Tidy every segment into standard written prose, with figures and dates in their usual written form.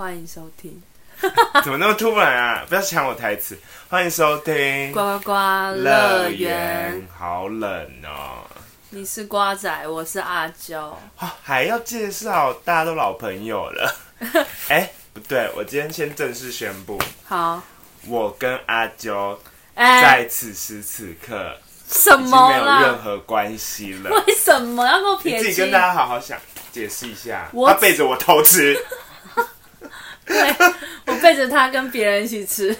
欢迎收听。 怎么那么突然啊？不要抢我台词。欢迎收听呱呱呱乐园。 好冷哦。 你是瓜仔，我是阿娇。 还要介绍，大家都老朋友了。不对，我今天先正式宣布。 好， 我跟阿娇在此时此刻什么已经没有任何关系了。 为什么要跟我撇清？ 你自己跟大家好好解释一下。他背着我偷吃。 对，我背着他跟别人一起吃。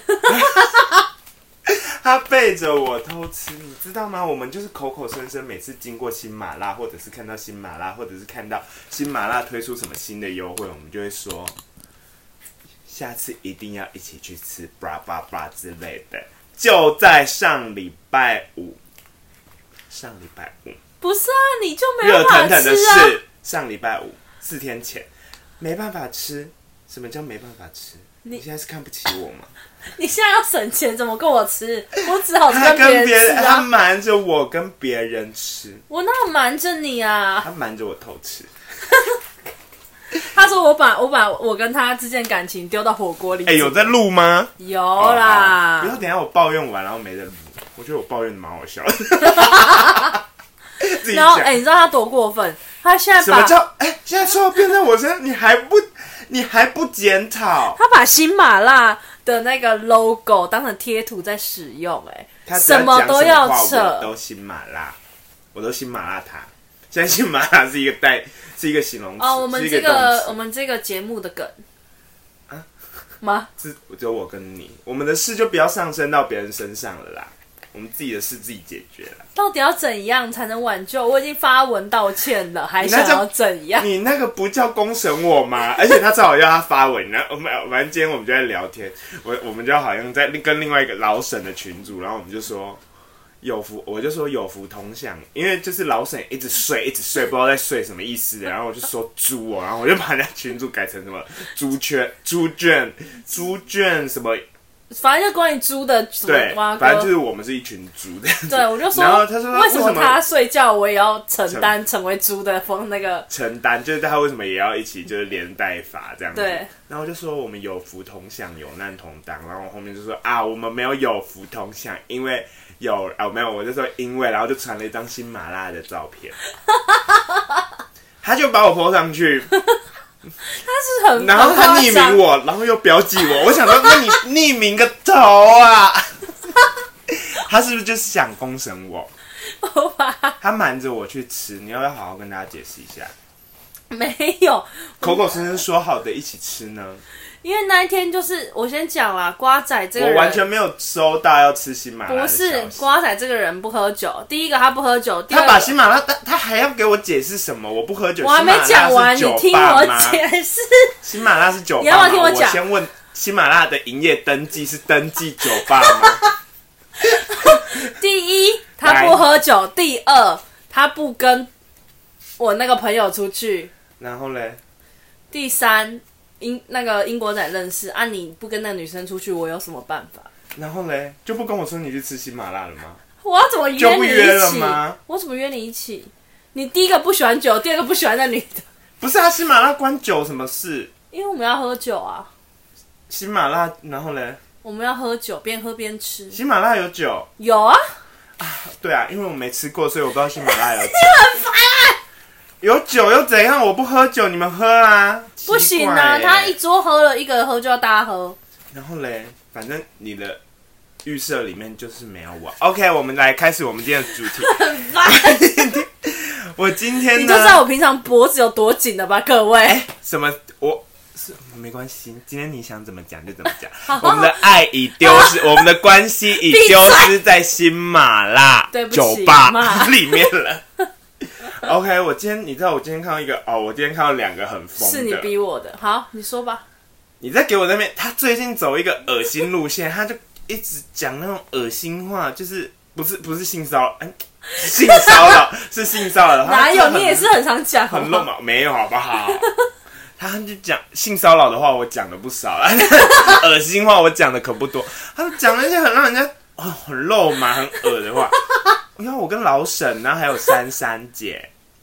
他背着我偷吃，你知道吗？我们就是口口声声，每次经过新麻辣，或者是看到新麻辣，或者是看到新麻辣推出什么新的优惠，我们就会说，下次一定要一起去吃 blah blah blah 之类的。就在上礼拜五， 不是啊，你就没办法吃啊。 热腾腾的是上礼拜五4天前，没办法吃。什么叫没办法吃？你现在是看不起我吗？ 你现在要省钱，怎么跟我吃？我只好跟别人吃啊。 他瞒着我跟别人吃。 我哪有瞒着你啊？ 他瞒着我偷吃。 他说我把我跟他之间感情丢到火锅里。 有在录吗？ 有啦。 不要等一下我抱怨完然后没得录。我觉得我抱怨的蛮好笑的。 然后你知道他多过分？他现在什么叫现在说变在我身上，你还不检讨？ 他把新麻辣的那个 logo 当成贴图在使用， 他什么都要扯。 我都新麻辣，我都新麻辣他。现在新麻辣是一个形容词。 我们这个节目的梗啊吗？ 只有我跟你，我们的事就不要上升到别人身上了啦。我们自己的事自己解决了。 到底要怎样才能挽救？我已经发文道歉了，还想要怎样？ 你那个不叫公审我吗？而且他正好要他发文，然后反正今天我们就在聊天，我们就好像在跟另外一个老沈的群组，然后我们就说我就说有福同享，因为就是老沈一直睡，不知道在睡什么意思的，然后我就说猪然后我就把人家群组改成什么猪圈什么。 反正就关于猪的什么瓜葛，反正就是我们是一群猪的。 对，我就说， 然后他说为什么他睡觉我也要承担成为猪的那个承担，就是他为什么也要一起就是连带罚这样子。 对。 然后我就说我们有福同享，有难同当。然后我后面就说我们没有福同享，因为没有，我就说因为，然后就传了一张新麻辣的照片。他就把我 po 上去。 他是很， 然后他匿名我，然后又标记我。我想说，那你匿名个头啊！他是不是就是想公审我？他瞒着我去吃，你要不要好好跟大家解释一下？ 没有， 口口声声说好的一起吃呢？ 因为那一天就是我先讲啦，瓜仔这个人我完全没有收到要吃新麻辣的消息。 不是瓜仔这个人不喝酒，第一个他不喝酒，第二个他把新麻辣，他还要给我解释什么？我不喝酒， 我还没讲完，你听我解释。 新麻辣是酒吧吗？ 你要不要听我讲？ 我先问，新麻辣的营业登记是登记酒吧吗？ 第一，他不喝酒；第二，他不跟我那个朋友出去。 然后嘞？ 第三。那个英国仔认识你不跟那个女生出去，我有什么办法？ 然后嘞，就不跟我说你去吃新麻辣了吗？ 我要怎么约你一起？ 就不约了吗？ 我怎么约你一起？你第一个不喜欢酒，第二个不喜欢那女的。 不是新麻辣关酒什么事？ 因为我们要喝酒啊。 新麻辣，然后嘞？ 我们要喝酒，边喝边吃。 新麻辣有酒？ 有啊。 对啊，因为我没吃过，所以我不知道新麻辣有酒。 你很烦啊！ 有酒又怎样？我不喝酒，你们喝啊！ 不行啊，他一桌喝了，一个人喝就要大家喝。然后嘞，反正你的预设里面就是没有我。OK， 我们来开始我们今天的主题。 很烦。 我今天呢， 你就知道我平常脖子有多紧了吧，各位？ 什么？没关系，今天你想怎么讲就怎么讲。我们的爱已丢失，我们的关系已丢失在新麻辣酒吧里面了。OK， 你知道我今天看到一个我今天看到2个很疯的， 是你逼我的。好，你说吧。 你在给我那边，他最近走一个恶心路线，他就一直讲那种恶心话，就是不是性骚扰，性骚扰是性骚扰。 哪有？你也是很常讲， 很露嘛？没有好不好？他就讲性骚扰的话，我讲的不少啦，恶心话我讲的可不多。他讲了一些很让人家很肉麻、很恶的话。你看我跟老沈，然后还有珊珊姐。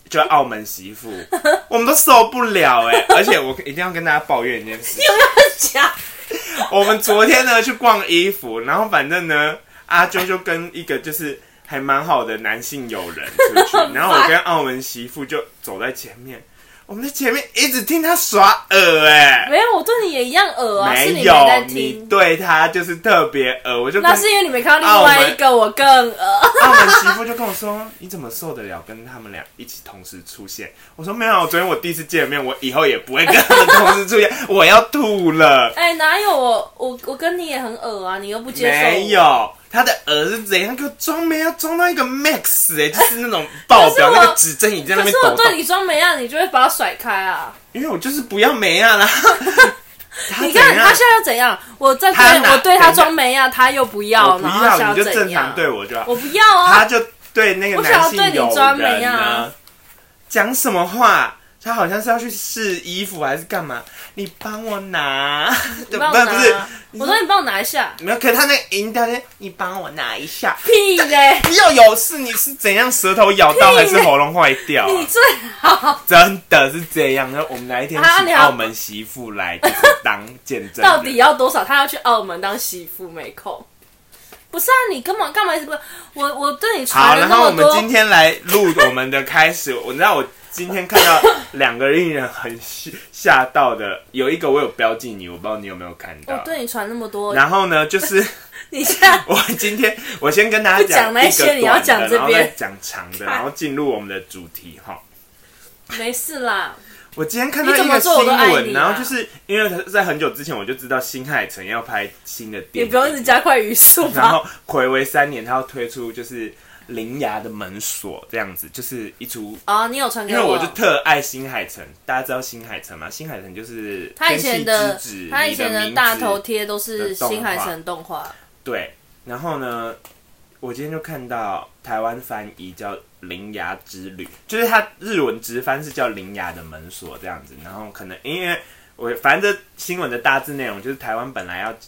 就澳门媳妇，我们都受不了而且我一定要跟大家抱怨一件事， 有没有讲？ 我们昨天呢去逛衣服，然后反正呢阿啾就跟一个就是还蛮好的男性友人出去，然后我跟澳门媳妇就走在前面。我们在前面一直听他耍没有，我对你也一样是你没有， 在听。 你对他就是特别我就那是因为你没看到另外一个我更澳门媳妇就跟我说：“你怎么受得了跟他们俩一起同时出现？”我说：“没有，昨天我第一次见面，我以后也不会跟他们同时出现，我要吐了。” 哪有我跟你也很啊，你又不接受。 没有。他的是怎样？给我装眉要装到一个 max 就是那种爆表那个指针已经在那边抖动。 可是我对你装眉你就会把它甩开啊。 因为我就是不要眉啦。 你看他现在又怎样？我对他装眉他又不要， 我不要，你就正常对我就好。 我不要他就对那个男性友人呢讲什么话？他好像是要去试衣服还是干嘛？你帮我拿， 不是，我说你帮我拿一下。 没有，可是他那个音调呢？你帮我拿一下。 屁嘞！ 要有事，你是怎样舌头咬到还是喉咙坏掉你最好真的是这样。然后我们哪一天请澳门媳妇来就是当见证。 到底要多少？他要去澳门当媳妇没空。不是你干嘛一直不？我对你传了那么多。 好，然后我们今天来录我们的开始。我知道我今天看到2个令人很吓到的，有一个我有标记你，我不知道你有没有看到。 我对你传那么多。 然后呢，就是你现在我先跟大家讲那些，你要讲这边， 然后再讲长的，然后进入我们的主题哈。 没事啦。 我今天看到一个新闻，然后就是因为在很久之前我就知道新海诚要拍新的电影， 你不用一直加快语速吗？ 然后睽违3年，他要推出就是《铃芽的门锁》这样子，就是一出你有传给我？因为我就特爱新海诚，大家知道新海诚吗？新海诚就是他以前的大头贴都是新海诚动画。 对，然后呢，我今天就看到台湾翻译叫《铃芽之旅》，就是它日文直翻是叫《铃芽的门锁》这样子。然后可能因为反正这新闻的大致内容就是台湾本来要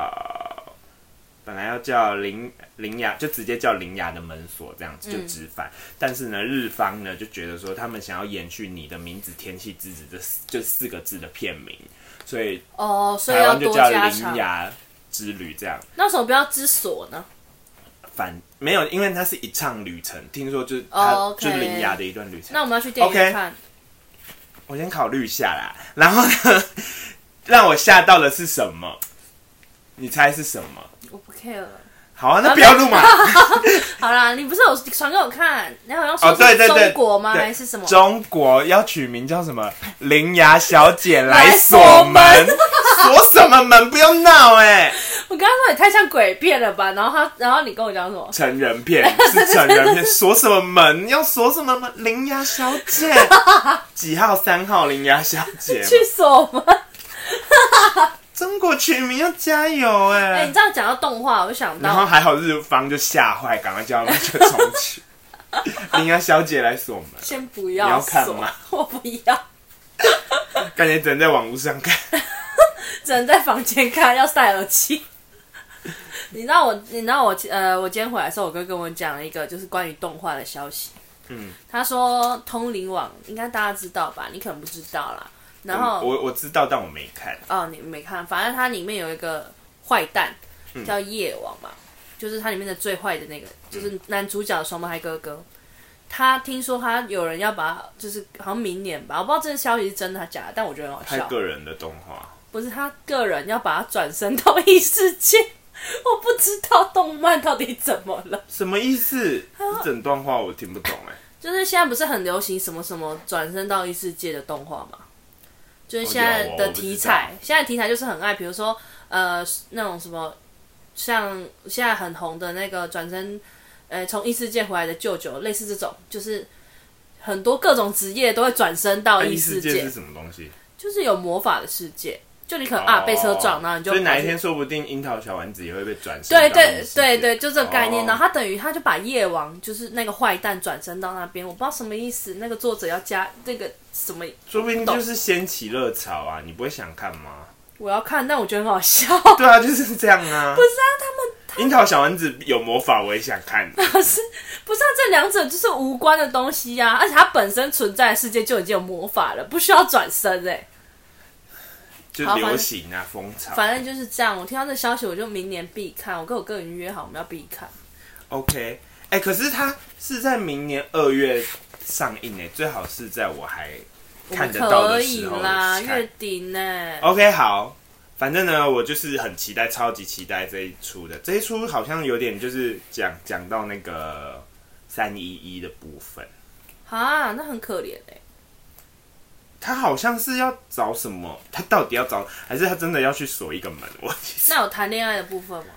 叫铃芽，就直接叫铃芽的门锁这样子就直翻。但是呢，日方呢就觉得说他们想要延续你的名字天气之子这4个字的片名，所以台湾就叫铃芽之旅这样。 那为什么不要之锁呢？ 没有，因为它是一趟旅程，听说就是它就是铃芽的一段旅程。 那我们要去电影院看。 我先考虑一下啦。然后呢，让我吓到的是什么？你猜是什么？ 我不 care 了。 好啊，那不要录嘛。 好啦，你不是有传给我看？你好像说是中国吗？还是什么？ 中国要取名叫什么？铃芽小姐来锁门。锁什么门？不要闹我刚刚说也太像鬼片了吧？然后你跟我讲什么？ 成人片是成人片，锁什么门？要锁什么门？铃芽小姐几号？3号铃芽小姐去锁门。 中国取名要加油你这样讲到动画，我就想到， 然后还好日方就吓坏，赶快叫他们就重启。铃芽小姐来锁门， 先不要， 你要看吗？ 我不要， 感觉只能在网络上看， 只能在房间看，要戴耳机。你知道我今天回来的时候，我哥跟我讲了一个就是关于动画的消息。他说通灵网应该大家知道吧？你可能不知道啦。然后我知道，但我没看。 你没看，反正它里面有一个坏蛋叫夜王嘛，就是它里面的最坏的那个，就是男主角的双胞胎哥哥。他听说他有人要把，就是好像明年吧，我不知道这个消息是真的还是假的，但我觉得很好笑。 拍个人的动画， 不是他个人要把它转身到异世界。我不知道动漫到底怎么了， 什么意思？整段话我听不懂就是现在不是很流行什么什么转身到异世界的动画吗？就是现在的题材，现在题材就是很爱，比如说那种什么，像现在很红的那个转身，从异世界回来的舅舅，类似这种，就是很多各种职业都会转身到异世界。 异世界是什么东西？ 就是有魔法的世界。就你可能被车撞，然后你就所以哪一天说不定樱桃小丸子也会被转身到异世界。 对，就这个概念。然后他就把夜王就是那个坏蛋转身到那边，我不知道什么意思。那个作者要加那个什么， 说不定就是掀起热潮啊！你不会想看吗？ 我要看，但我觉得很好笑。 对啊，就是这样啊。 不是啊， 樱桃小丸子有魔法，我也想看。 不是这两者就是无关的东西呀、而且它本身存在的世界就已经有魔法了，不需要转身就流行啊，风潮。 反正就是这样。我听到这消息，我就明年必看。我跟我个人约好，我们要必看。 OK， 可是它是在明年2月上映最好是在我还看得到的时候。 可以啦，月底呢。 OK， 好。反正呢，我就是很期待，超级期待这一出的。这一出好像有点就是讲到那个311的部分。 啊，那很可怜他好像是要找什么？他到底要找，还是他真的要去锁一个门？ 那有谈恋爱的部分吗？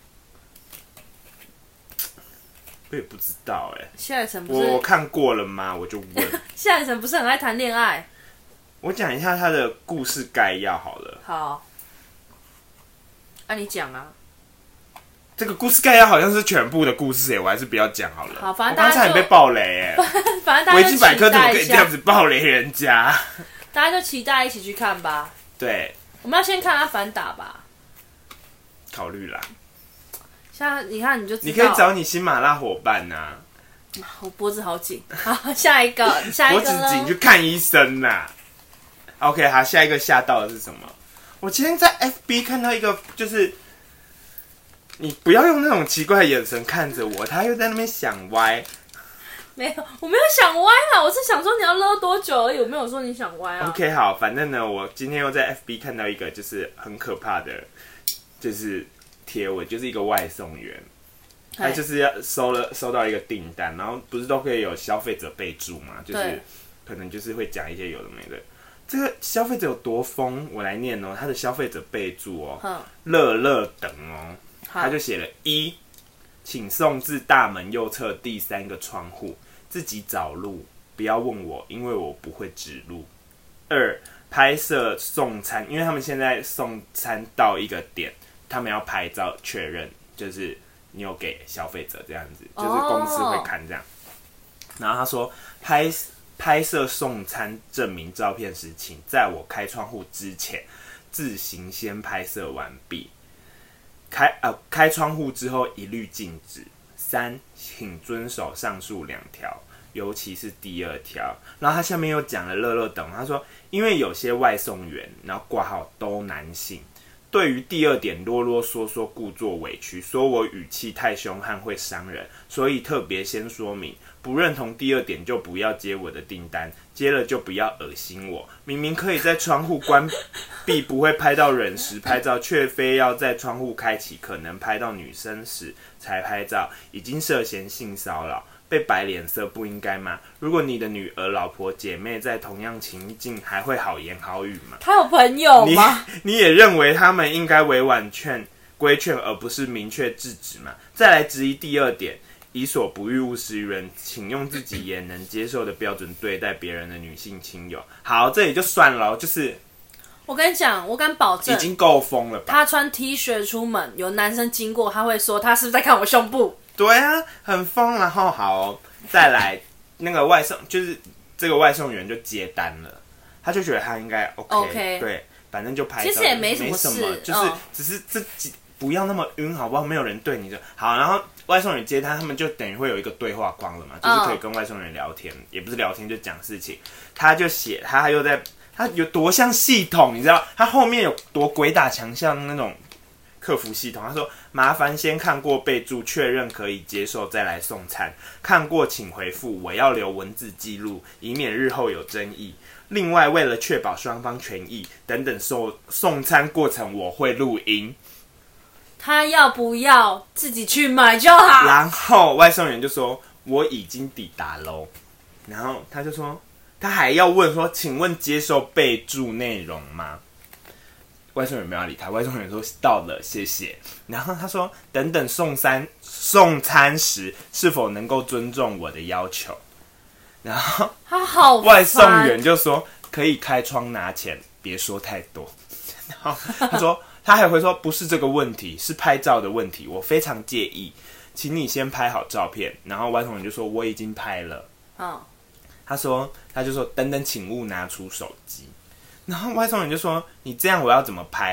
我也不知道谢海诚不是我看过了吗？我就问。 谢海诚不是很爱谈恋爱？ 我讲一下他的故事概要好了。 好。你讲啊。 这个故事概要好像是全部的故事我还是不要讲好了。 好，反正大家我刚才也被爆雷反正大家维基百科怎么可以这样子爆雷人家？ 大家就期待一起去看吧。 对， 我们要先看他反打吧。 考虑啦。 现在你看你就知道， 你可以找你新麻辣伙伴啊。 我脖子好紧。好，下一个脖子紧去看医生啦。OK， 好，下一个吓到的是什么？我今天在 FB 看到一个，就是你不要用那种奇怪的眼神看着我，他又在那边想歪。 没有，我没有想歪啦，我是想说你要勒多久而已，我没有说你想歪啊。 OK， 好，反正呢，我今天又在 FB 看到一个就是很可怕的，就是贴文，就是一个外送员，他就是要收到一个订单，然后不是都可以有消费者备注嘛，就是可能就是会讲一些有的没的。这个消费者有多疯？我来念他的消费者备注乐乐等他就写了1，请送至大门右侧第3个窗户，自己找路，不要问我，因为我不会指路。2，拍摄送餐，因为他们现在送餐到一个点，他们要拍照确认，就是你有给消费者这样子，就是公司会看这样。然后他说拍摄送餐证明照片时，请在我开窗户之前自行先拍摄完毕。开窗户之后一律禁止。3，请遵守上述2条，尤其是第2条。然后他下面又讲了乐乐等，他说因为有些外送员，然后挂号都男性，对于第2点啰啰嗦嗦故作委屈，说我语气太凶悍会伤人，所以特别先说明，不认同第2点就不要接我的订单，接了就不要恶心我。明明可以在窗户关闭不会拍到人时拍照，却非要在窗户开启可能拍到女生时才拍照，已经涉嫌性骚扰，被摆脸色不应该吗？如果你的女儿、老婆、姐妹在同样情境还会好言好语吗？ 他有朋友吗？ 你也认为他们应该委婉规劝，而不是明确制止吗？再来质疑第2点，己所不欲，勿施于人，请用自己也能接受的标准对待别人的女性亲友。好，这里就算了，就是我跟你讲，我敢保证， 已经够疯了吧？ 他穿 T 恤出门，有男生经过，他会说他是不是在看我胸部？ 对啊，很疯。然后好，再来那个外送，就是这个外送员就接单了，他就觉得他应该 OK， 对，反正就拍照， 其实也没什么事， 就是只是这几不要那么晕好不好？没有人对你就好。然后外送员接单，他们就等于会有一个对话框了嘛，就是可以跟外送员聊天，也不是聊天就讲事情。他就写他又在。他有多像系统，你知道？他后面有多鬼打墙，像那种客服系统。他说：“麻烦先看过备注，确认可以接受，再来送餐。看过请回复，我要留文字记录，以免日后有争议。另外，为了确保双方权益，等等送餐过程我会录音。” 他要不要自己去买就好？ 然后外送员就说：“我已经抵达喽。”然后他就说。他还要问说：“请问接受备注内容吗？”外送员没有理他，外送员说：“到了，谢谢。”然后他说：“等等送餐时，是否能够尊重我的要求？”然后他好， 外送员就说：“可以开窗拿钱，别说太多。”然后他说：“他还会说不是这个问题，是拍照的问题，我非常介意，请你先拍好照片。”然后外送员就说：“我已经拍了。”他就说等等，请勿拿出手机。然后外送员就说：“你这样我要怎么拍？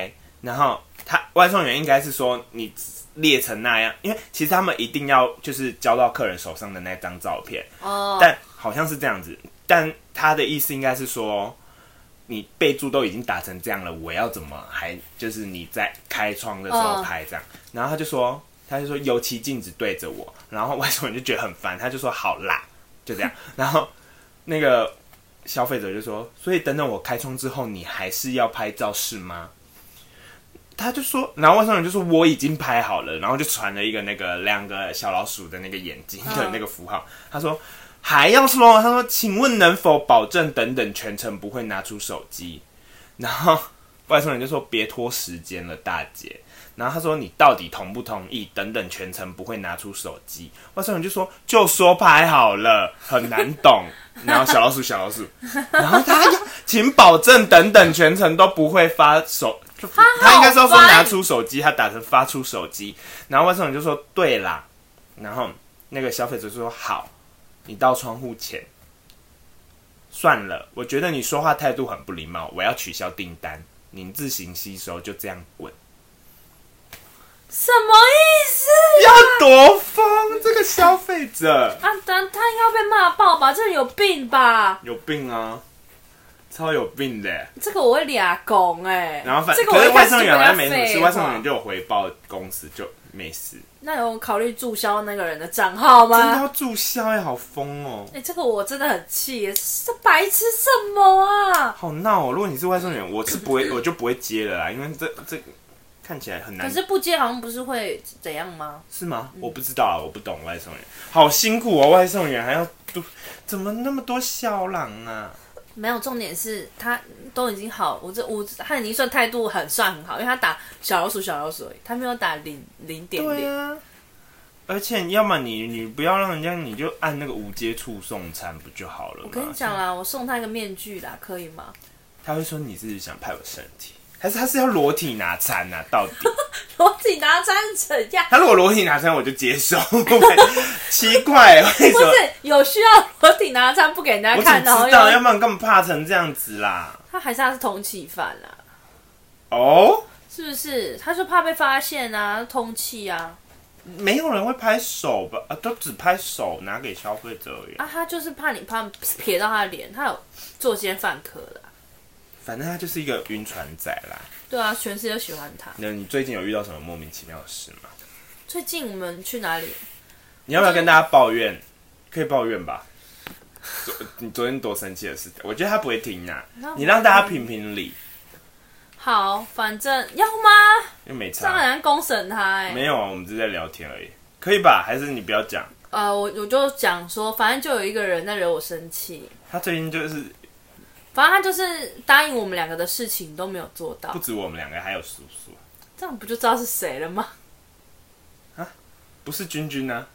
然后外送员应该是说你列成那样，因为其实他们一定要就是交到客人手上的那张照片，但好像是这样子，但他的意思应该是说，你备注都已经打成这样了，我要怎么还就是你在开窗的时候拍这样？然后他就说油漆镜子对着我，然后外送员就觉得很烦，他就说好啦，就这样。然后那个消费者就说，所以等等我开窗之后，你还是要拍照是吗？他就说，然后外送员就说我已经拍好了，然后就传了一个那个2个小老鼠的那个眼睛的那个符号。他说还要说，他说请问能否保证等等全程不会拿出手机？然后外送员就说别拖时间了，大姐。然后他说你到底同不同意？等等全程不会拿出手机。外送员就说就说拍好了，很难懂。然后小老鼠，然后他请保证等等全程都不会发手。他应该是要说拿出手机，他打成发出手机。然后外送员就说对啦。然后那个消费者就说好，你到窗户前。算了，我觉得你说话态度很不礼貌，我要取消订单，您自行吸收，就这样滚。 什么意思？ 要多疯这个消费者啊！他应该要被骂爆吧？这人有病吧？ 有病啊！超有病的， 这个我会俩拱哎。 然后这个可是外送员好像没什么事，外送员就有回报公司就没事。 那有考虑注销那个人的账号吗？ 真的要注销哎，好疯哦！ 这个我真的很气，这白痴什么啊？ 好闹哦！如果你是外送员，我是不会，我就不会接了啦，因为这看起来很难。 可是不接好像不是会怎样吗？ 是吗？我不知道啊，我不懂外送员，好辛苦哦，外送员还要怎么那么多小狼啊？ 没有，重点是他都已经好，他已经算态度算很好，因为他打小老鼠而已，他没有打0.0。 对啊，而且要么你不要让人家，你就按那个无接触送餐不就好了吗？ 我跟你讲啦，我送他一个面具啦，可以吗？ 他会说你是想拍我身体，还是他是要裸体拿餐啊？到底裸体拿餐怎样？ 他如果裸体拿餐我就接受，奇怪，为什么？ 不是有需要裸体拿餐不给人家看， 我只知道，要不然干嘛怕成这样子啦？ 他是通缉犯啦。 哦， 是不是？他就怕被发现啊，通缉啊。 没有人会拍手吧？都只拍手拿给消费者而已。 他就是怕瞥到他的脸，他有作奸犯科的。 反正他就是一个晕船仔啦。 对啊，全世界都喜欢他。 那你最近有遇到什么莫名其妙的事吗？ 最近我们去哪里？ 你要不要跟大家抱怨？可以抱怨吧。你昨天多生气的事，我觉得他不会听啊。你让大家评评理。 好，反正要吗？ 又没差。 当然公审他没有啊，我们只是在聊天而已。可以吧？还是你不要讲？ 我就讲说，反正就有一个人在惹我生气。 他最近就是。 反正他就是答应我们2个的事情都没有做到， 不止我们2个，还有叔叔。 这样不就知道是谁了吗？ 啊，不是君君啊？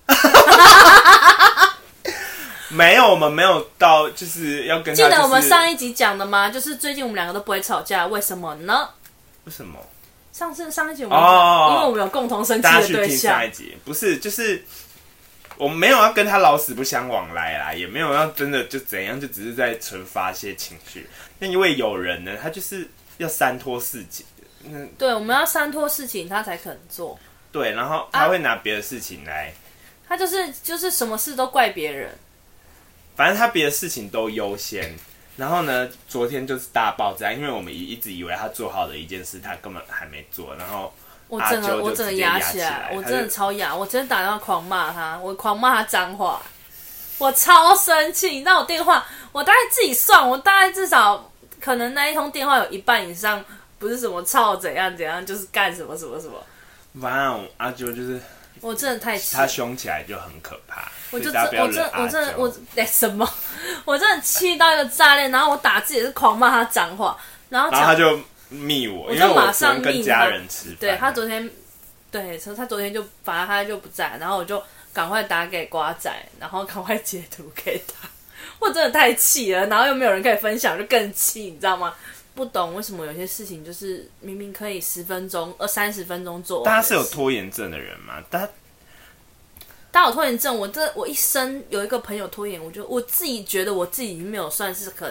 没有，我们没有到，就是要跟他、 记得我们上一集讲的吗？就是最近我们2个都不会吵架，为什么呢？ 为什么？ 上一集我们讲，因为我们有共同生气的对象。大家去听上一集，不是就是。我们没有要跟他老死不相往来啦，也没有要真的就怎样，就只是在纯发泄情绪。那因为有人呢，他就是要3拖4请。 对，我们要3拖4请，他才肯做。 对，然后他会拿别的事情来。 他就是什么事都怪别人。 反正他别的事情都优先。然后呢，昨天就是大爆炸，因为我们一直以为他做好的一件事，他根本还没做，然后。 我整个压起来，我真的超压，我真的打电话狂骂他，我狂骂他脏话，我超生气。你知道我电话，我大概自己算，我大概至少可能那一通电话有一半以上不是什么操怎样，就是干什么。 反正阿啾就是， 我真的太气， 他凶起来就很可怕。我真什么？我真的气到一个炸裂，然后我打字也是狂骂他脏话，然后他就。密我，因为我昨天跟家人吃饭。 对他昨天，他昨天就反正他就不在，然后我就赶快打给瓜仔，然后赶快截图给他。我真的太气了，然后又没有人可以分享，就更气，你知道吗？不懂为什么有些事情就是明明可以10分钟、30分钟做完。 大家是有拖延症的人吗？大家有拖延症，我一生有一个朋友拖延，我自己觉得我自己已经没有算是很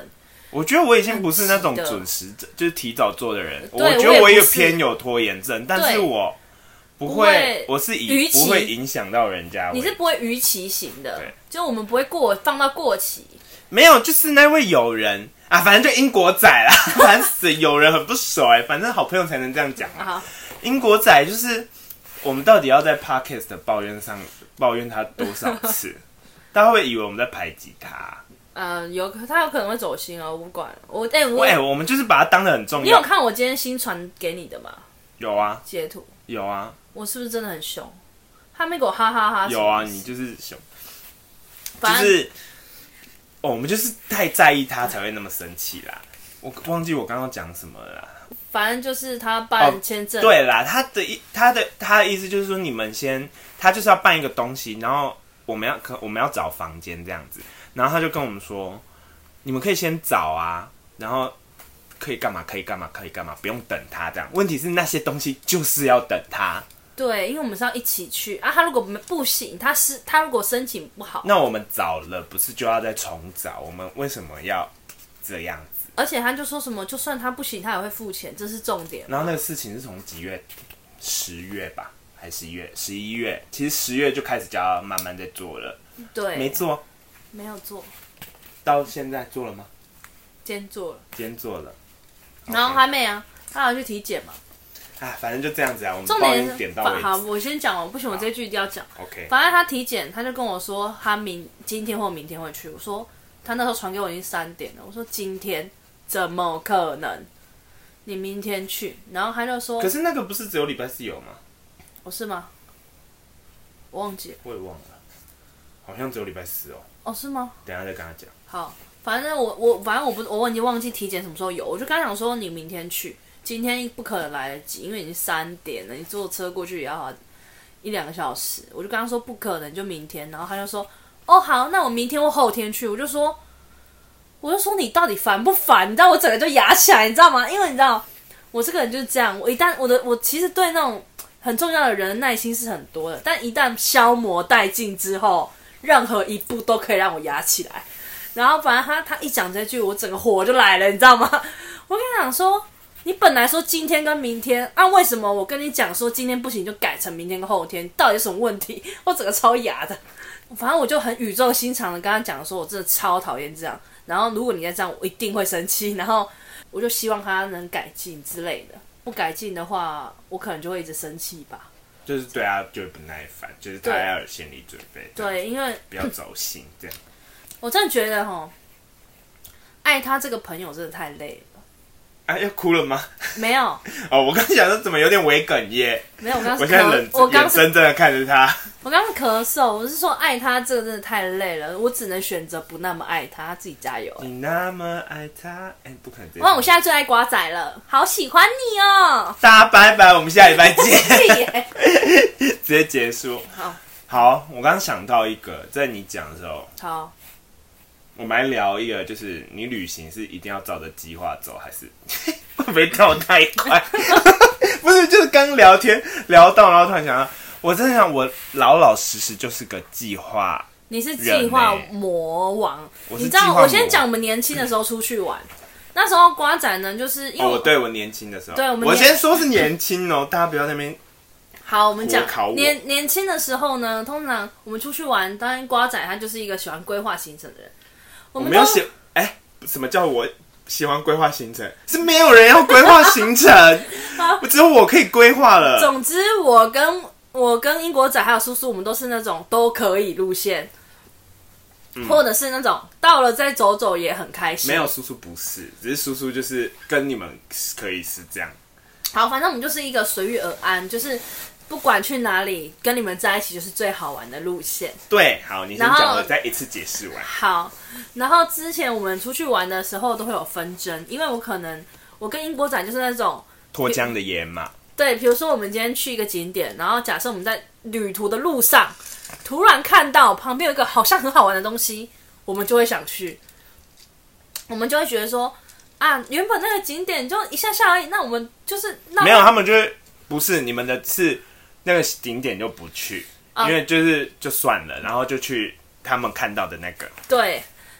我觉得我已经不是那种准时就是提早做的人，我对觉得我也我也不是偏有拖延症，但是我不会，我是不会影响到人家。 你是不会逾期型的， 对， 就我们不会放到过期。 没有，就是那位友人啊，反正就英国仔啦，烦死，友人很不熟反正好朋友才能这样讲啊。英国仔就是我们到底要在 Podcast 的抱怨上抱怨他多少次？大家会以为我们在排挤他。 他有可能会走心哦，我不管。 我们就是把他当得很重要。 你有看我今天新传给你的吗？ 有啊， 截图有啊。 我是不是真的很凶？他没给我哈哈哈。 有啊，你就是凶，就是我们就是太在意他才会那么生气啦。我忘记我刚刚讲什么了啦。 反正就是他办签证。 对啦，他的意思就是说，你们先，他就是要办一个东西，然后我们要找房间这样子，然后他就跟我们说，你们可以先找啊，然后可以干嘛，不用等他这样。问题是那些东西就是要等他。 对，因为我们是要一起去啊。他如果不行，他如果申请不好， 那我们找了不是就要再重找？我们为什么要这样子？ 而且他就说什么，就算他不行，他也会付钱，这是重点。 然后那个事情是从几月？10月吧，还是11月？其实10月就开始就要慢慢在做了。 对， 没做， 没有做， 到现在做了吗？ 今天做了，然后还没啊，他还要去体检嘛。 反正就这样子啊。我们重点点到为止。 好，我先讲，不行，我这句一定要讲。 OK。 反正他体检，他就跟我说，他今天或明天会去。我说他那时候传给我已经3点了，我说今天怎么可能？你明天去，然后他就说， 可是那个不是只有礼拜4有吗？ 是吗？我忘记了， 我也忘了，好像只有礼拜4哦。 哦，是吗？ 等一下再跟他讲。 好，反正我已经忘记体检什么时候有，我就跟他讲说你明天去。今天不可能来得及，因为已经3点了，你坐车过去也要1-2个小时。我就跟他说不可能，就明天。然后他就说，哦好，那我明天或后天去。我就说你到底烦不烦？你知道我整个就压起来，你知道吗？因为你知道我这个人就是这样，我其实对那种很重要的人的耐心是很多的，但一旦消磨殆尽之后，任何一步都可以让我压起来。然后反正他一讲这句，我整个火就来了，你知道吗？我跟他讲说。你本来说今天跟明天为什么我跟你讲说今天不行就改成明天跟后天？到底有什么问题？我整个超牙的，反正我就很语重心长的跟他讲说，我真的超讨厌这样。然后如果你再这样，我一定会生气。然后我就希望他能改进之类的，不改进的话，我可能就会一直生气吧。 就是对他就会不耐烦，就是他要有心理准备。 对，因为不要走心这样。 我真的觉得爱他这个朋友真的太累了。 要哭了吗？ 没有。 我刚想说怎么有点微哽咽。 没有，我现在眼睁睁的看着他。 我刚咳嗽，我是说爱他这个真的太累了，我只能选择不那么爱他，自己加油。 你那么爱他，不可能这样。 哇，我现在最爱瓜仔了，好喜欢你哦！ 大家拜拜，我们下礼拜见。直接结束。好，我刚刚想到一个，在你讲的时候。 好。 我们来聊一个，就是你旅行是一定要照着计划走，还是会不会跳太快？不是，就是刚聊天聊到，然后突然想到，我真的想，我老老实实就是个计划。 你是计划魔王， 你知道？我先讲我们年轻的时候出去玩，那时候瓜仔呢，就是因为对我年轻的时候， 对我先说是年轻哦，大家不要在那边。 好，我们讲年轻的时候呢，通常我们出去玩，当然瓜仔他就是一个喜欢规划行程的人。 我没有写，什么叫我喜欢规划行程？是没有人要规划行程，只有我可以规划了。 总之，我跟英国仔还有叔叔，我们都是那种都可以路线，或者是那种到了再走走也很开心。 没有，叔叔不是，只是叔叔就是跟你们可以是这样。 好，反正我们就是一个随遇而安，就是不管去哪里，跟你们在一起就是最好玩的路线。 对，好，你先讲，我再一次解释完。 好，然后之前我们出去玩的时候都会有纷争，因为我跟英国仔就是那种脱缰的野马。 对，比如说我们今天去一个景点，然后假设我们在旅途的路上突然看到旁边有一个好像很好玩的东西，我们就会想去，我们就会觉得说原本那个景点就一下下而已，那我们就是没有，他们就会不是你们的是那个景点就不去，因为就算了，然后就去他们看到的那个。 对，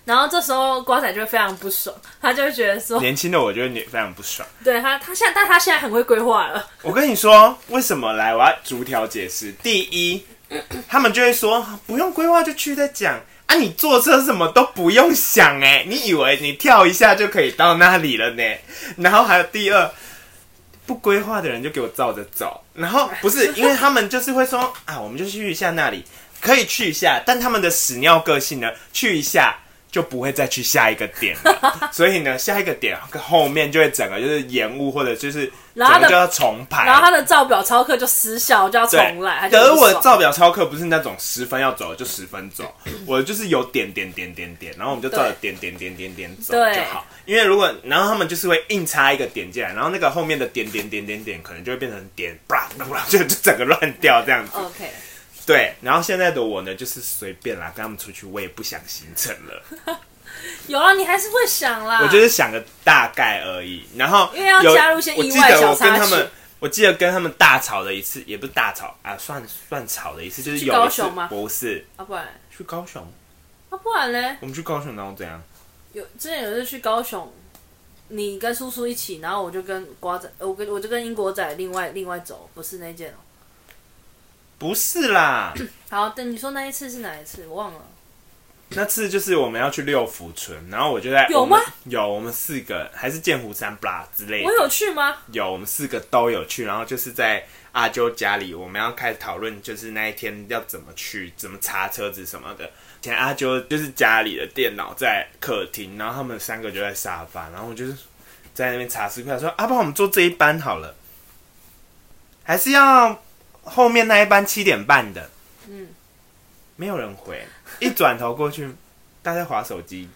然后这时候瓜仔就会非常不爽，他就会觉得说， 年轻的我就会非常不爽。 对他现在，但他现在很会规划了。 我跟你说，为什么来？我要逐条解释。第一，他们就会说不用规划就去再讲啊，你坐车什么都不用想你以为你跳一下就可以到那里了呢？然后还有第二，不规划的人就给我照着走。然后不是因为他们就是会说啊，我们就去一下那里。可以去一下，但他们的屎尿个性呢，去一下就不会再去下一个点了。所以呢，下一个点后面就会整个就是延误，或者就是整个就要重排。 然后他的照表操课就失效，就要重来。 可是我的照表操课不是那种10分要走就10分走，我就是有点，然后我们就照着点走就好。因为如果然后他们就是会硬插一个点进来，然后那个后面的点可能就会变成点，就整个乱掉这样子。 OK。 对，然后现在的我呢，就是随便啦，跟他们出去，我也不想行程了。 有啦，你还是会想啦。 我就是想个大概而已，然后因为要加入一些意外小插曲。 我记得跟他们大吵的一次，也不是大吵啊，算吵的一次，就是有一次。去高雄吗？不是啊，不然去高雄啊，不然嘞？ 我们去高雄，然后怎样？ 之前有一次去高雄，你跟叔叔一起，然后我就跟瓜仔，我就跟英国仔另外走，不是那件哦。 不是啦。 好，等你说那一次是哪一次？我忘了。 那次就是我们要去六福村，然后我就在有吗？ 有，我们4个还是剑湖山 blah 之类的。 我有去吗？ 有，我们4个都有去，然后就是在阿啾家里，我们要开始讨论，就是那一天要怎么去，怎么查车子什么的。前阿啾就是家里的电脑在客厅，然后他们3个就在沙发，然后我就是在那边查时票，说不然我们坐这一班好了，还是要后面那一班7点半的。没有人回，一转头过去，大家滑手机，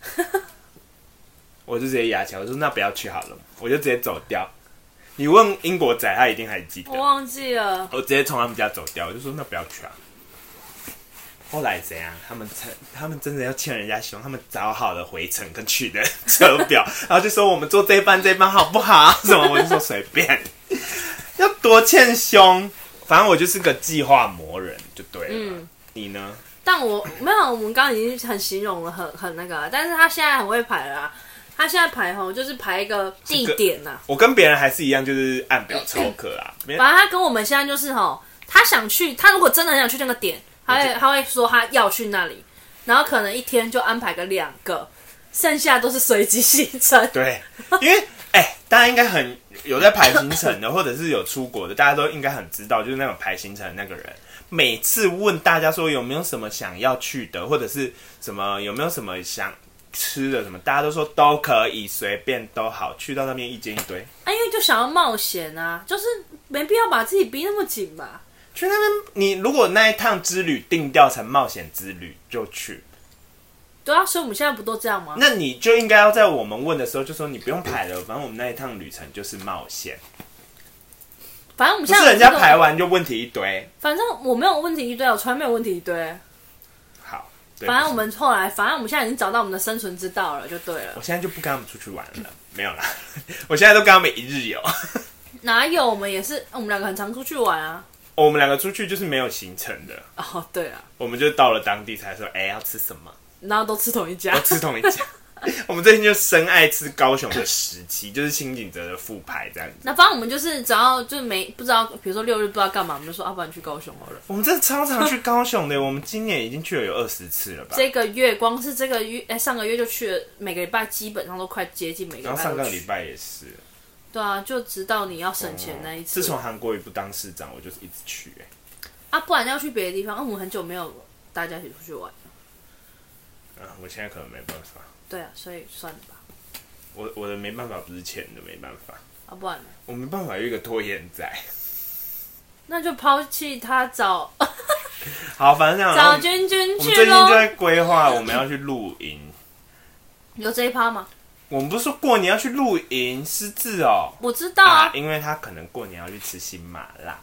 我就直接压起来，我说那不要去好了，我就直接走掉。你问英国仔，他一定还记得。 我忘记了。 我直接从他们家走掉，我就说那不要去啊。后来怎样？他们真的要欠人家凶，他们找好了回程跟去的车表，然后就说我们坐这一班好不好？什么我就说随便，要多欠凶。反正我就是个计划魔人就对了。你呢？ 但我没有，我们刚刚已经很形容了，很那个了。但是他现在很会排了啦。他现在排就是排一个地点呐。 我跟别人还是一样，就是按表操课啦。 反正他跟我们现在就是他想去，他如果真的很想去那个点，他会说他要去那里，然后可能一天就安排个2个，剩下都是随机行程。 对，因为大家应该很有在排行程的，或者是有出国的，大家都应该很知道，就是那种排行程的那个人。每次问大家说有没有什么想要去的，或者是什么有没有什么想吃的什么，大家都说都可以，随便都好，去到那边一间一堆。 因为就想要冒险啊，就是没必要把自己逼那么紧吧。 去那边，你如果那一趟之旅定调成冒险之旅，就去。 对啊，所以我们现在不都这样吗？ 那你就应该要在我们问的时候就说你不用排了，反正我们那一趟旅程就是冒险。 反正我们现在不是人家排完就问题一堆。 反正我没有问题一堆，我从来没有问题一堆。 好， 反正我们后来，反正我们现在已经找到我们的生存之道了，就对了。 我现在就不跟他们出去玩了，没有啦，我现在都跟他们一日游。 哪有？我们也是，我们2个很常出去玩啊。 我们2个出去就是没有行程的。 哦，对啊。 我们就到了当地才说，要吃什么， 然后都吃同一家。 都吃同一家。我们最近就深爱吃高雄的17，就是清景泽的副牌这样子。 那反正我们就是只要就不知道，比如说6日不知道干嘛，我们就说不然去高雄好了。 我们真的超常去高雄的，我们今年已经去了有20次了吧？ 这个月光是这个月，上个月就去了，每个礼拜基本上都快接近每个礼拜。 然后上个礼拜也是。 对啊，就直到你要省钱那一次。 自从韩国瑜不当市长，我就是一直去不然要去别的地方。我们很久没有大家一起出去玩了。 我现在可能没办法。 对啊，所以算了吧。 我的没办法不是钱的没办法。 不然呢？ 我没办法有一个拖延仔。 那就抛弃他找。 好，反正这样。 找君君去咯。 我们最近就在规划我们要去露营。 有这一趴吗？ 我们不是说过年要去露营，失智哦。 我知道啊， 因为他可能过年要去吃新麻辣。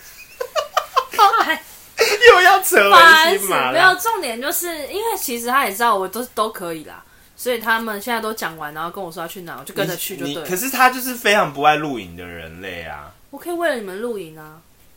又要扯回新麻辣。 没有，重点就是因为其实他也知道我都可以啦，所以他们现在都讲完，然后跟我说要去哪，我就跟着去就对了。 可是他就是非常不爱露营的人类啊。 我可以为了你们露营啊。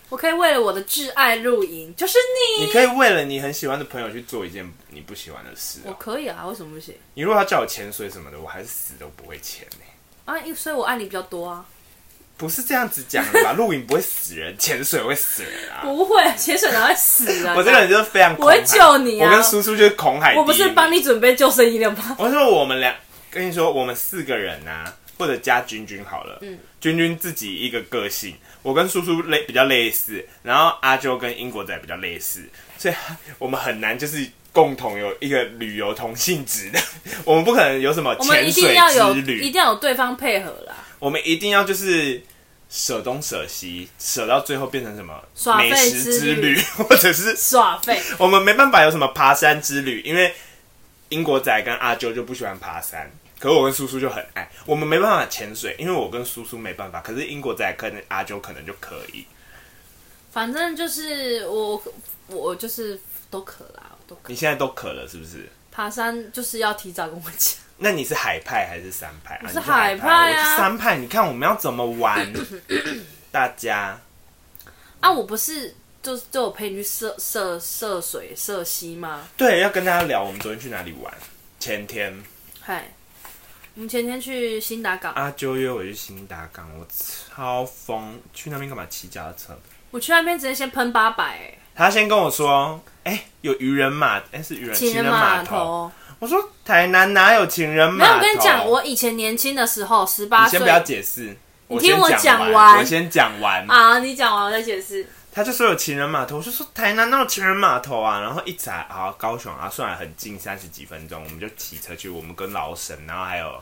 我可以为了我的挚爱露营，就是你。 你可以为了你很喜欢的朋友去做一件你不喜欢的事、 我可以啊，为什么不行？ 你如果要叫我潜水什么的，我还是死都不会潜所以我爱你比较多啊。 不是这样子讲的吧？露营不会死人，潜水会死人啊！ 不会，潜水哪会死人、 我这个人就是非常恐海， 我会救你啊！ 我跟叔叔就是恐海第一名。 我不是帮你准备救生衣了吗？ 我说跟你说，我们4个人啊，或者加君君好了。君君自己一个个性，我跟叔叔比较类似，然后阿啾跟英国仔比较类似，所以我们很难就是共同有一个旅游同性质的。我们不可能有什么潜水之旅， 一定要有对方配合啦。 我们一定要就是舍东舍西，舍到最后变成什么耍废美食之旅，或者是耍废。 我们没办法有什么爬山之旅，因为英国仔跟阿啾就不喜欢爬山，可是我跟叔叔就很爱。我们没办法潜水，因为我跟叔叔没办法，可是英国仔跟阿啾可能就可以。 反正就是我就是都可啦，都可。 你现在都可了是不是？ 爬山就是要提早跟我讲。 那你是海派还是山派？ 我是海派啊， 我是山派。你看我们要怎么玩？大家啊，我不是就有陪你去涉水涉溪吗？ 对，要跟大家聊我们昨天去哪里玩。前天， 嗨，我们前天去新达港。 阿啾约我去新达港，我超疯。去那边干嘛？骑脚踏车。 我去那边直接先喷800 他先跟我说，有渔人码，是情人码头。我说台南哪有情人码头？ 没有，我跟你讲，我以前年轻的时候18岁。 你先不要解释， 你听我讲完。我先讲完。 啊，你讲完我再解释。 他就说有情人码头，我就说台南哪有情人码头啊？然后一查，好高雄啊，虽然很近，30几分钟，我们就骑车去。我们跟老沈，然后还有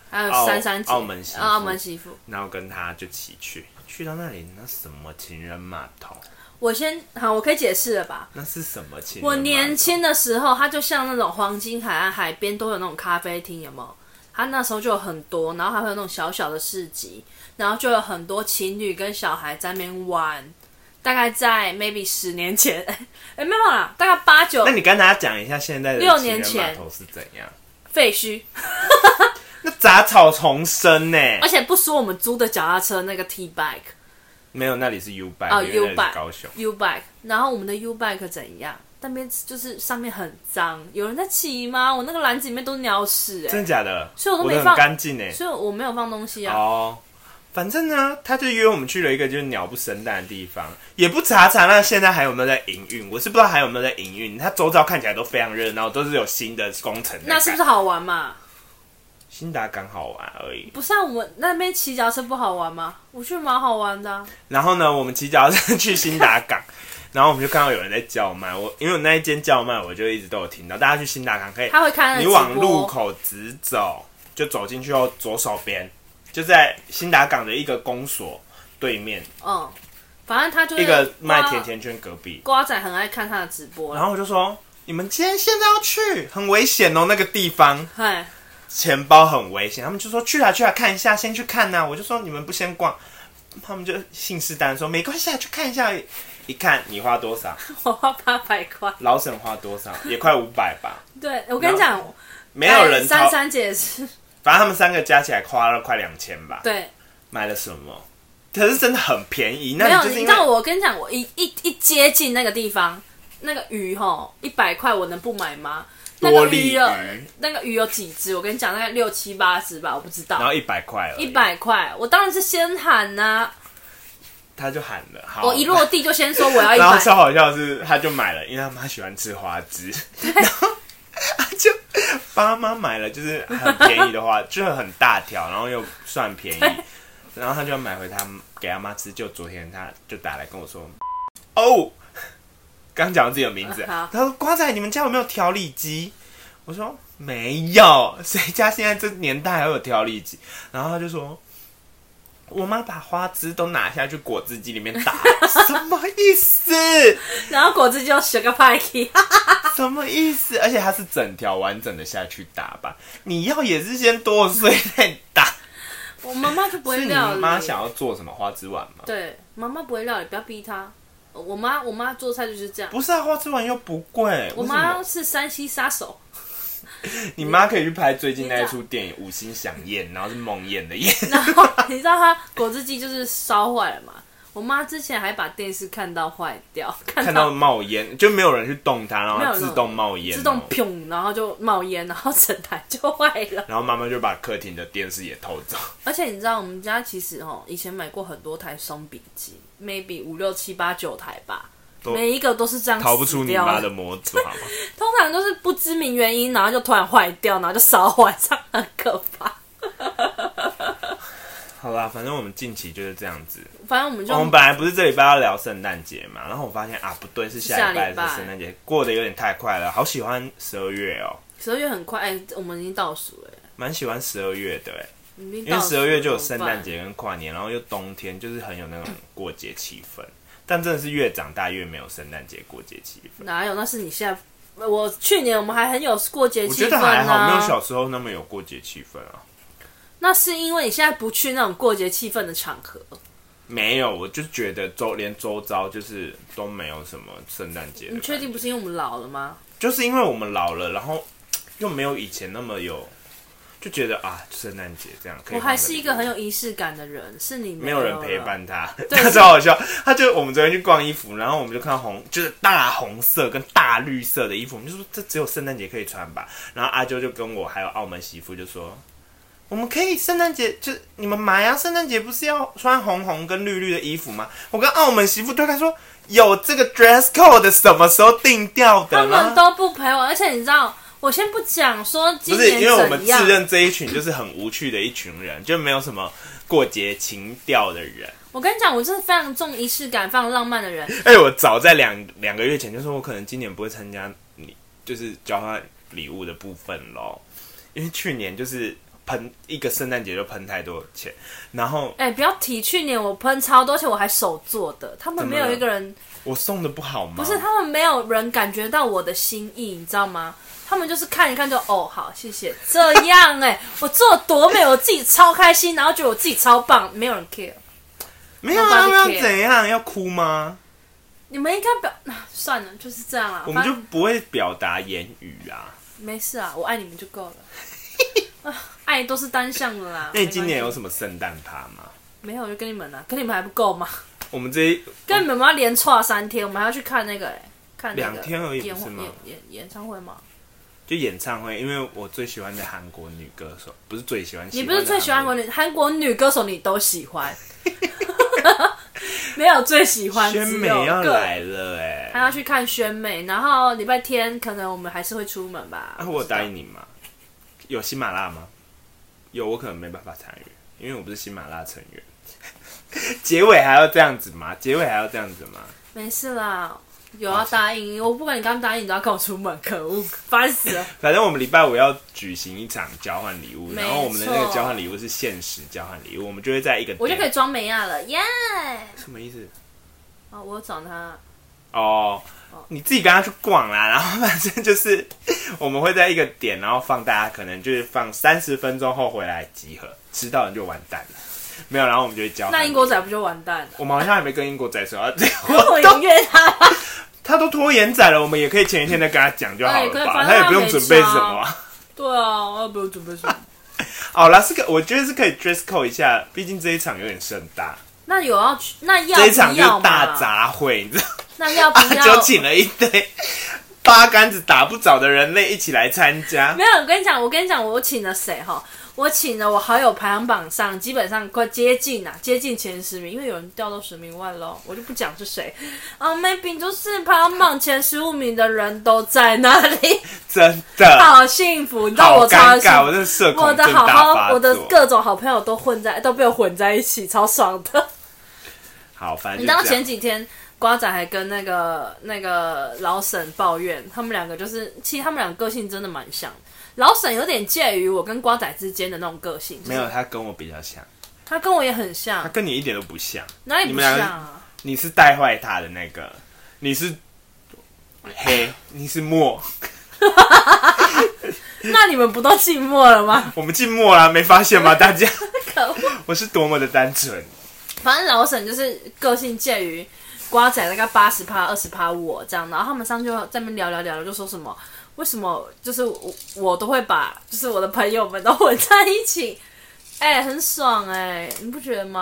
33姐、 澳门媳妇， 然后跟他就骑去到那里，那什么情人码头？ 我可以解释了吧？ 那是什么情人码头？ 我年轻的时候，它就像那种黄金海岸，海边都有那种咖啡厅，有没有？它那时候就有很多，然后还会有那种小小的市集，然后就有很多情侣跟小孩在那边玩。大概在 maybe 10年前，没有啦，大概8、9。 那你跟大家讲一下现在的 6年前码头是怎样？ 废墟。 那杂草丛生呢？ 而且不说我们租的脚踏车那个 T bike。 没有，那里是 U bike， U bike， 高雄 U bike， 然后我们的 U bike 怎样？那边就是上面很脏，有人在骑吗？我那个篮子里面都是鸟屎真的假的？ 所以我都没放， 很干净所以我没有放东西啊。 哦，反正呢，他就约我们去了一个就是鸟不生蛋的地方，也不查那现在还有没有在营运？我是不知道还有没有在营运。它周遭看起来都非常热闹，都是有新的工程。 那是不是好玩嘛？ 新达港好玩而已。 不是啊，我们那边骑脚车不好玩吗？我觉得蛮好玩的啊。 然后呢，我们骑脚车去新达港，然后我们就看到有人在叫卖。因为我那一间叫卖，我就一直都有听到。大家去新达港可以， 他会看你往路口直走，就走进去后左手边，就在新达港的一个公所对面。 反正他就是一个卖甜甜圈隔壁。 瓜仔很爱看他的直播， 然后我就说：“你们现在要去，很危险哦，那个地方。”钱包很危险，他们就说去啦看一下，先去看呐。我就说你们不先逛，他们就信誓旦旦说没关系，去看一下。一看你花多少？ 我花800块。 老沈花多少？也快500吧。 对，我跟你讲， 没有人珊姐是， 反正他们3个加起来花了快2000吧。 对， 买了什么？可是真的很便宜。 没有，你知道我跟你讲，我一接近那个地方，那个鱼100块，我能不买吗？那个鱼有几只？我跟你讲，大概6、7、8只吧，我不知道。 然后100块 ，100块，我当然是先喊呐。 他就喊了，好， 我一落地就先说我要100。 然后超好笑的是，他就买了，因为他妈喜欢吃花枝，然后他就帮他妈买了，就是很便宜的花，就是很大条，然后又算便宜，然后他就要买回他给他妈吃。就昨天他就打来跟我说，刚讲到自己的名字，他说：“瓜仔，你们家有没有调理机？”我说：“没有，谁家现在这年代还有调理机？”然后他就说：“我妈把花枝都拿下去果汁机里面打，什么意思？” 然后果汁机就学个派气， 什么意思？而且他是整条完整的下去打吧？你要也是先剁碎再打。 我妈妈就不会料理。 是你妈想要做什么花枝丸吗？ 对，妈妈不会料理，不要逼她。我妈做菜就是这样。 不是啊，花枝丸又不贵。 我妈是山西杀手。 你妈可以去拍最近那一出电影《五星响宴》，然后是梦魇的宴。 然后你知道她果汁机就是烧坏了嘛？ 我妈之前还把电视看到坏掉， 看到冒烟，就没有人去动它，然后自动冒烟， 自动砰，然后就冒烟，然后整台就坏了。 然后妈妈就把客厅的电视也偷走。 而且你知道，我们家其实以前买过很多台松饼机 ，maybe 5、6、7、8、9台吧。每一个都是这样死掉的， 逃不出你妈的魔爪嘛。 通常都是不知名原因，然后就突然坏掉，然后就烧坏，这样很可怕。 好啦，反正我们近期就是这样子。 反正我们本来不是这礼拜要聊圣诞节嘛，然后我发现不对，是下礼拜是圣诞节，过得有点太快了，好喜欢12月哦。 12月很快，我们已经倒数了。 蛮喜欢12月的因为12月就有圣诞节跟跨年，然后又冬天，就是很有那种过节气氛。但真的是越长大越没有圣诞节过节气氛。 哪有？那是你现在，去年我们还很有过节气氛啊。 我觉得还好，没有小时候那么有过节气氛啊。 那是因为你现在不去那种过节气氛的场合。 没有，我就觉得连周遭就是都没有什么圣诞节。 你确定不是因为我们老了吗？ 就是因为我们老了，然后又没有以前那么有。就觉得圣诞节这样可以。 我还是一个很有仪式感的人，是你没有人陪伴他，他超好笑。我们昨天去逛衣服，然后我们就看到就是大红色跟大绿色的衣服，我们就说这只有圣诞节可以穿吧。然后阿啾就跟我还有澳门媳妇就说，我们可以圣诞节就你们买啊，圣诞节不是要穿红红跟绿绿的衣服吗？我跟澳门媳妇对看说，有这个 dress code 什么时候定掉的？ 他们都不陪我，而且你知道。我先不讲说今年怎样，不是因为我们自认这一群就是很无趣的一群人，就没有什么过节情调的人。 我跟你讲，我真是非常重仪式感、非常浪漫的人。 我早在两个月前就说，我可能今年不会参加就是交换礼物的部分咯，因为去年就是喷一个圣诞节就喷太多钱，然后不要提去年我喷超多钱，我还手做的，他们没有一个人， 我送的不好吗？ 不是，他们没有人感觉到我的心意，你知道吗？他们就是看一看就好，谢谢。这样我做多美，我自己超开心，然后觉得我自己超棒，没有人 care。 没有啊，要怎样？要哭吗？ 你们应该算了，就是这样啦。 我们就不会表达言语啊。 没事啊，我爱你们就够了。爱都是单向的啦。 那你今年有什么圣诞趴吗？ 没有，就跟你们啊，跟你们还不够吗？ 我们跟你们要连串3天，我们还要去看那个看那个 2天而已，不是吗？ 演唱会吗？ 就演唱会，因为我最喜欢的韩国女歌手，不是最喜欢， 你不是最喜欢韩国女歌手，你都喜欢，没有最喜欢。 宣美要来了还要去看宣美，然后礼拜天可能我们还是会出门吧。 我有答应你吗？有喜马拉吗？有，我可能没办法参与，因为我不是喜马拉成员。结尾还要这样子吗？没事啦。有要答应，我不管你刚答应，你都要跟我出门，可恶，烦死了。 反正我们礼拜5要举行一场交换礼物，然后我们的那个交换礼物是限时交换礼物，我们就会在一个点， 我就可以装美亚了，耶！ 什么意思？ 我有找他。 你自己跟他去逛啦，然后反正就是我们会在一个点，然后放大家可能就是放30分钟后回来集合，迟到人就完蛋了。没有，然后我们就会交换。 那英国仔不就完蛋了？ 我们好像还没跟英国仔说要这样， 我都约他。 他都拖延仔了，我们也可以前一天再跟他讲就好了吧？他也不用准备什么。 对啊，我也不用准备什么。 好啦，我觉得是可以 dress code 一下，毕竟这一场有点盛大。 那有要去？那要这一场就是大杂烩，你知道？ 那要不要？ 就请了一堆八竿子打不着的人类一起来参加。 没有，我跟你讲，我请了谁哈？我请了我好友排行榜上基本上快接近前10名，因为有人掉到10名外咯，我就不讲是谁。maybe 就是排行榜前15名的人都在那里， 真的好幸福，你知道我超幸福， 我真的社恐症大发作， 我的各种好朋友都被我混在一起，超爽的。 好，反正你知道前几天瓜仔还跟那个老沈抱怨，他们两个其实他们两个个性真的蛮像的。老沈有点介于我跟瓜仔之间的那种个性， 没有，他跟我比较像， 他跟我也很像， 他跟你一点都不像， 哪里不像啊？ 你是带坏他的那个，你是黑，你是墨。 那你们不都静默了吗？ 我们静默了，没发现吗？大家， 可恶！ 我是多么的单纯。 反正老沈就是个性介于瓜仔大概80%、20%我这样，然后他们上去在那边聊，就说什么为什么就是我都会把就是我的朋友们都混在一起，很爽你不觉得吗？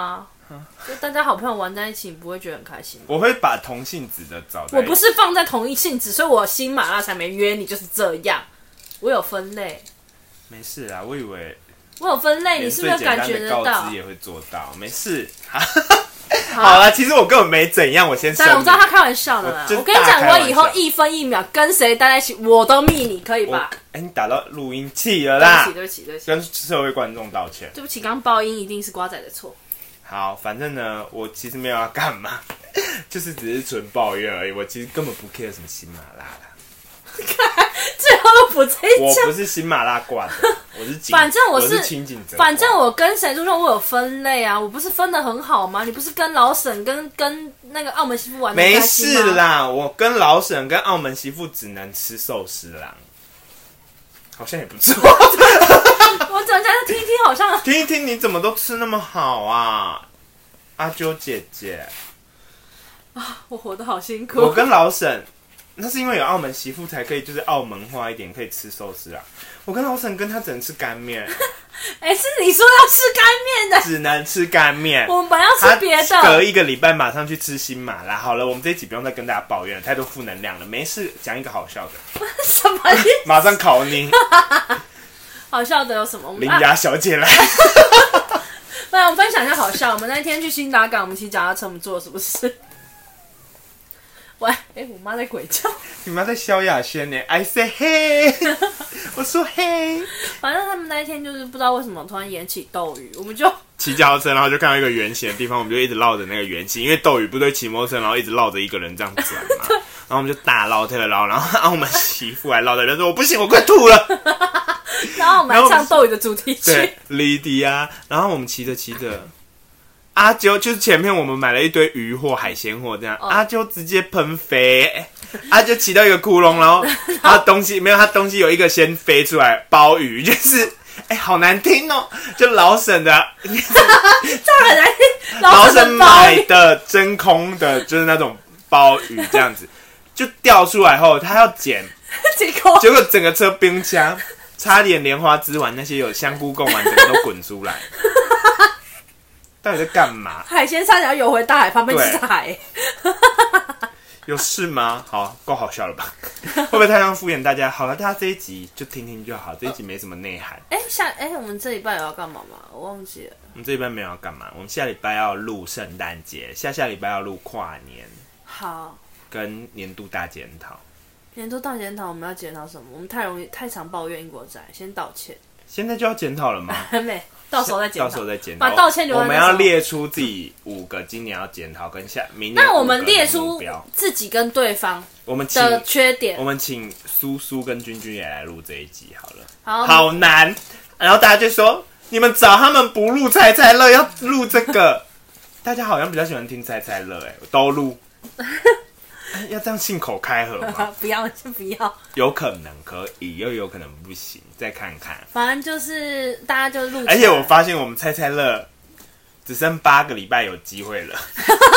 就大家好朋友玩在一起，你不会觉得很开心吗？ 我会把同性质的找在一起。 我不是放在同一性质，所以我新麻辣才没约你，就是这样。我有分类。 没事啦，我以为我有分类，你是不是有感觉得到？ 告知也会做到，没事。好啦，其实我根本没怎样，我先声明。 我知道他开玩笑的啦。我跟你讲，我以后1分1秒跟谁待在一起，我都密你，可以吧？ 你打到录音器了啦！ 对不起， 跟社会观众道歉。 对不起，刚爆音一定是瓜仔的错。 好，反正呢，我其实没有要干嘛，就是只是纯抱怨而已。我其实根本不 care 什么新麻辣啦。 最后补这一我不是新麻辣挂的，我是反正我是清景泽。 反正我跟谁出去，我有分类啊，我不是分得很好吗？你不是跟老沈跟那个澳门媳妇玩得开心吗？ 没事啦，我跟老沈跟澳门媳妇只能吃寿司啦，好像也不错。 我讲讲听一听，好像听一听，你怎么都吃那么好啊，阿啾姐姐啊，我活得好辛苦。 我跟老沈。那是因为有澳门媳妇才可以，就是澳门化一点，可以吃寿司啊。我跟老沈跟他只能吃干面。 是你说要吃干面的， 只能吃干面。 我们本来要吃别的。 隔1个礼拜马上去吃新麻辣。好了，我们这一集不用再跟大家抱怨了，太多负能量了。没事，讲一个好笑的。 什么意思？ 马上考你。 好笑的有什么？ 林雅小姐来。 不然我分享一下好笑。我们那天去新达港，我们骑脚踏车，我们做了什么事？喂，我妈在鬼叫。 你妈在萧亚轩呢 ？I say hey， 我说嘿。 反正他们那一天就是不知道为什么突然演起斗鱼，我们就骑脚踏车，然后就看到一个圆形的地方，我们就一直绕着那个圆形，因为斗鱼不对骑摩托车，然后一直绕着一个人这样转嘛。然后我们就大绕特绕，然后澳门媳妇还绕着人说：“我不行，我快吐了。” 然后我们还唱斗鱼的主题曲， 对 ，Lady 啊。然后我们骑着骑着。阿啾就是前面我们买了一堆鱼货、海鲜货，这样、阿啾直接喷飞，阿啾骑到一个窟窿，然后他东西没有，他东西有一个先飞出来，鲍鱼就是好难听哦，就老沈的， 这很难听， 老沈买的真空的，就是那种鲍鱼这样子，就掉出来后他要捡，结果整个车冰箱，差点莲花枝丸那些有香菇贡丸整个都滚出来。到底在干嘛？ 海鲜差点要游回大海旁边吃海。 有事吗？好，够好笑了吧？会不会太像敷衍大家？好了，大家这一集就听听就好，这一集没什么内涵。 我们这礼拜有要干嘛吗？我忘记了。 我们这礼拜没有要干嘛，我们下礼拜要录圣诞节，下礼拜要录跨年。 好。跟年度大检讨。 年度大检讨，我们要检讨什么？我们太常抱怨英国仔，先道歉。 现在就要检讨了吗？ 没。到时候再检讨， 把道歉留在我们要列出自己5个今年要检讨跟明年。 那我们列出自己跟对方的缺点。 我们请苏苏跟君君也来录这一集好了。 好难，然后大家就说你们找他们不录猜猜乐，要录这个。大家好像比较喜欢听猜猜乐，都录。要这样信口开河吗？ 不要，先不要。 有可能可以，又有可能不行，再看看。 反正就是大家就录。 而且我发现我们猜猜乐只剩8个礼拜有机会了，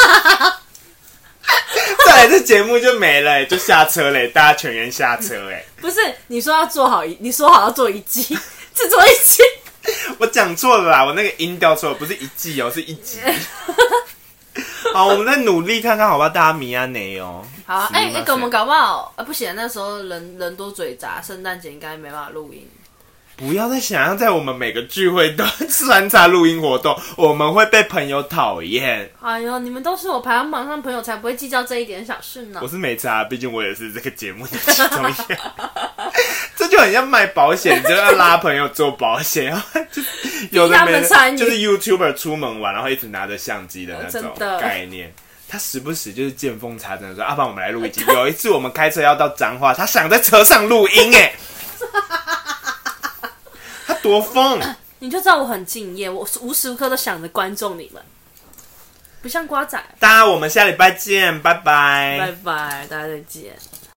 再来这节目就没了，就下车嘞，大家全员下车哎。 不是，你说要做好，你说好要做1季，只做1季。 我讲错了啦，我那个音调错了，不是1季哦，是1集。好，我们再努力看看，好不好？大家迷安内哦。 好，我们搞不好不行，那时候人多嘴杂，圣诞节应该没办法录音。 不要再想象在我们每个聚会都穿插录音活动，我们会被朋友讨厌。 哎呦，你们都是我排行榜上朋友，才不会计较这一点小事呢。 我是没差，毕竟我也是这个节目的其中一员。这就很像卖保险，就要拉朋友做保险，就是有的没的，就是 YouTuber 出门玩，然后一直拿着相机的那种概念。他时不时就是见缝插针的说：“不然我们来录一集。”有一次我们开车要到彰化，他想在车上录音，他多疯！ 你就知道我很敬业，我无时无刻都想着观众你们，不像瓜仔。 大家我们下礼拜见，拜拜， 拜拜，大家再见。